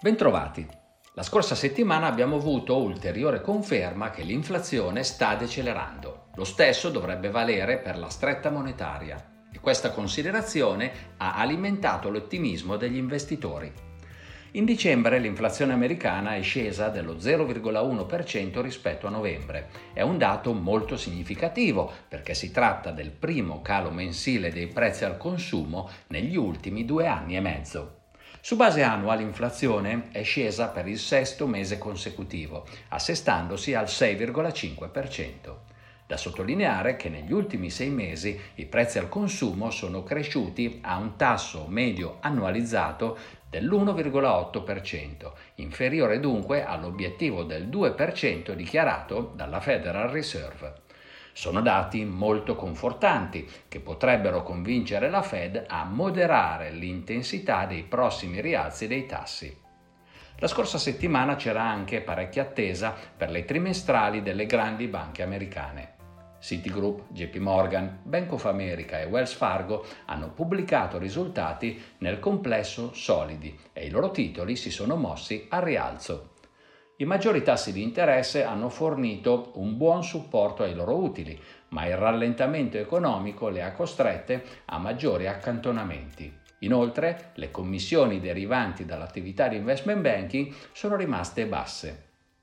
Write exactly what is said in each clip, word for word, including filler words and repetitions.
Bentrovati. La scorsa settimana abbiamo avuto ulteriore conferma che l'inflazione sta decelerando. Lo stesso dovrebbe valere per la stretta monetaria e questa considerazione ha alimentato l'ottimismo degli investitori. In dicembre l'inflazione americana è scesa dello zero virgola uno per cento rispetto a novembre. È un dato molto significativo perché si tratta del primo calo mensile dei prezzi al consumo negli ultimi due anni e mezzo. Su base annua l'inflazione è scesa per il sesto mese consecutivo, assestandosi al sei virgola cinque per cento. Da sottolineare che negli ultimi sei mesi i prezzi al consumo sono cresciuti a un tasso medio annualizzato dell'uno virgola otto per cento, inferiore dunque all'obiettivo del due per cento dichiarato dalla Federal Reserve. Sono dati molto confortanti che potrebbero convincere la Fed a moderare l'intensità dei prossimi rialzi dei tassi. La scorsa settimana c'era anche parecchia attesa per le trimestrali delle grandi banche americane. Citigroup, J P Morgan, Bank of America e Wells Fargo hanno pubblicato risultati nel complesso solidi e i loro titoli si sono mossi al rialzo. I maggiori tassi di interesse hanno fornito un buon supporto ai loro utili, ma il rallentamento economico le ha costrette a maggiori accantonamenti. Inoltre, le commissioni derivanti dall'attività di investment banking sono rimaste basse.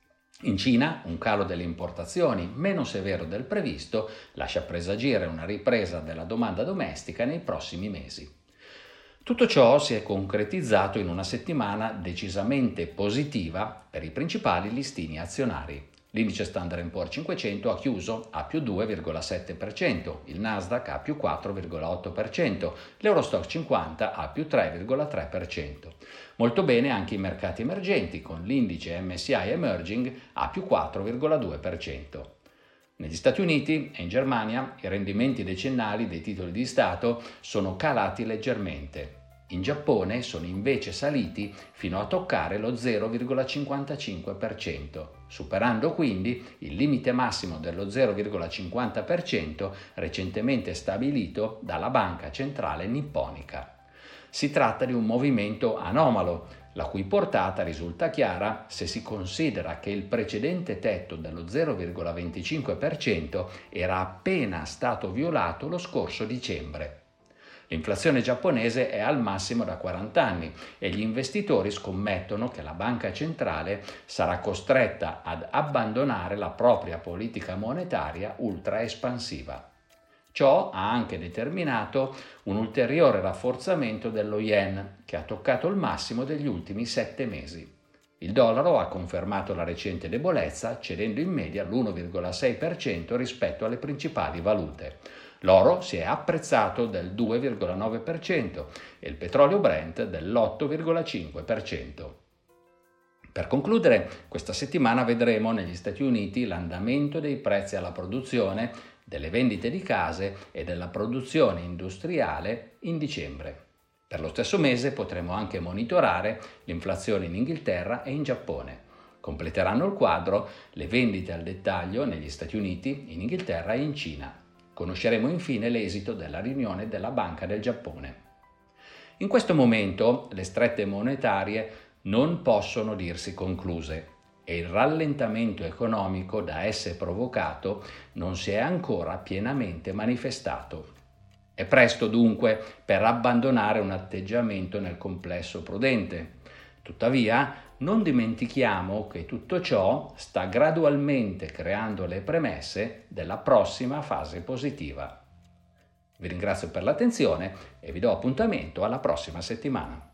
In Cina, un calo delle importazioni meno severo del previsto lascia presagire una ripresa della domanda domestica nei prossimi mesi. Tutto ciò si è concretizzato in una settimana decisamente positiva per i principali listini azionari. L'indice Standard and Poor's cinquecento ha chiuso a più due virgola sette per cento, il Nasdaq a più quattro virgola otto per cento, l'Eurostoxx cinquanta a più tre virgola tre per cento. Molto bene anche i mercati emergenti, con l'indice M S I Emerging a più quattro virgola due per cento. Negli Stati Uniti e in Germania i rendimenti decennali dei titoli di Stato sono calati leggermente. In Giappone sono invece saliti fino a toccare lo zero virgola cinquantacinque per cento, superando quindi il limite massimo dello zero virgola cinquanta per cento recentemente stabilito dalla Banca Centrale Nipponica. Si tratta di un movimento anomalo, la cui portata risulta chiara se si considera che il precedente tetto dello zero virgola venticinque per cento era appena stato violato lo scorso dicembre. L'inflazione giapponese è al massimo da quaranta anni e gli investitori scommettono che la banca centrale sarà costretta ad abbandonare la propria politica monetaria ultra espansiva. Ciò ha anche determinato un ulteriore rafforzamento dello yen, che ha toccato il massimo degli ultimi sette mesi. Il dollaro ha confermato la recente debolezza, cedendo in media l'uno virgola sei per cento rispetto alle principali valute. L'oro si è apprezzato del due virgola nove per cento e il petrolio Brent dell'otto virgola cinque per cento. Per concludere, questa settimana vedremo negli Stati Uniti l'andamento dei prezzi alla produzione, delle vendite di case e della produzione industriale in dicembre. Per lo stesso mese potremo anche monitorare l'inflazione in Inghilterra e in Giappone. Completeranno il quadro le vendite al dettaglio negli Stati Uniti, in Inghilterra e in Cina. Conosceremo infine l'esito della riunione della Banca del Giappone. In questo momento le strette monetarie non possono dirsi concluse e il rallentamento economico da esse provocato non si è ancora pienamente manifestato. È presto dunque per abbandonare un atteggiamento nel complesso prudente. Tuttavia, non dimentichiamo che tutto ciò sta gradualmente creando le premesse della prossima fase positiva. Vi ringrazio per l'attenzione e vi do appuntamento alla prossima settimana.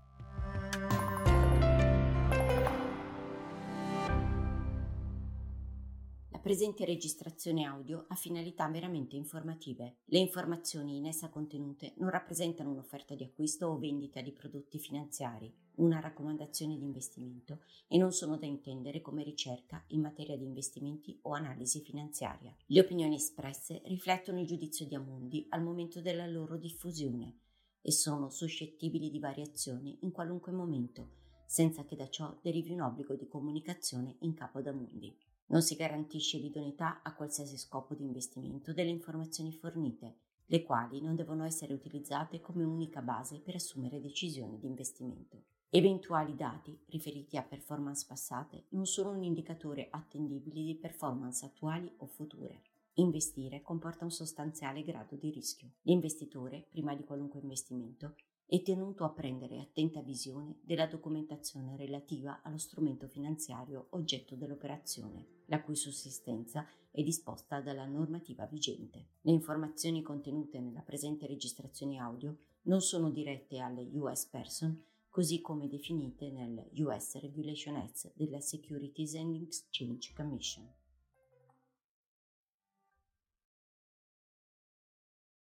La presente registrazione audio ha finalità meramente informative. Le informazioni in essa contenute non rappresentano un'offerta di acquisto o vendita di prodotti finanziari, una raccomandazione di investimento e non sono da intendere come ricerca in materia di investimenti o analisi finanziaria. Le opinioni espresse riflettono il giudizio di Amundi al momento della loro diffusione e sono suscettibili di variazioni in qualunque momento, senza che da ciò derivi un obbligo di comunicazione in capo ad Amundi. Non si garantisce l'idoneità a qualsiasi scopo di investimento delle informazioni fornite, le quali non devono essere utilizzate come unica base per assumere decisioni di investimento. Eventuali dati riferiti a performance passate non sono un indicatore attendibile di performance attuali o future. Investire comporta un sostanziale grado di rischio. L'investitore, prima di qualunque investimento, è tenuto a prendere attenta visione della documentazione relativa allo strumento finanziario oggetto dell'operazione, la cui sussistenza è disposta dalla normativa vigente. Le informazioni contenute nella presente registrazione audio non sono dirette alle U S Person, così come definite nel U S Regulation Act della Securities and Exchange Commission.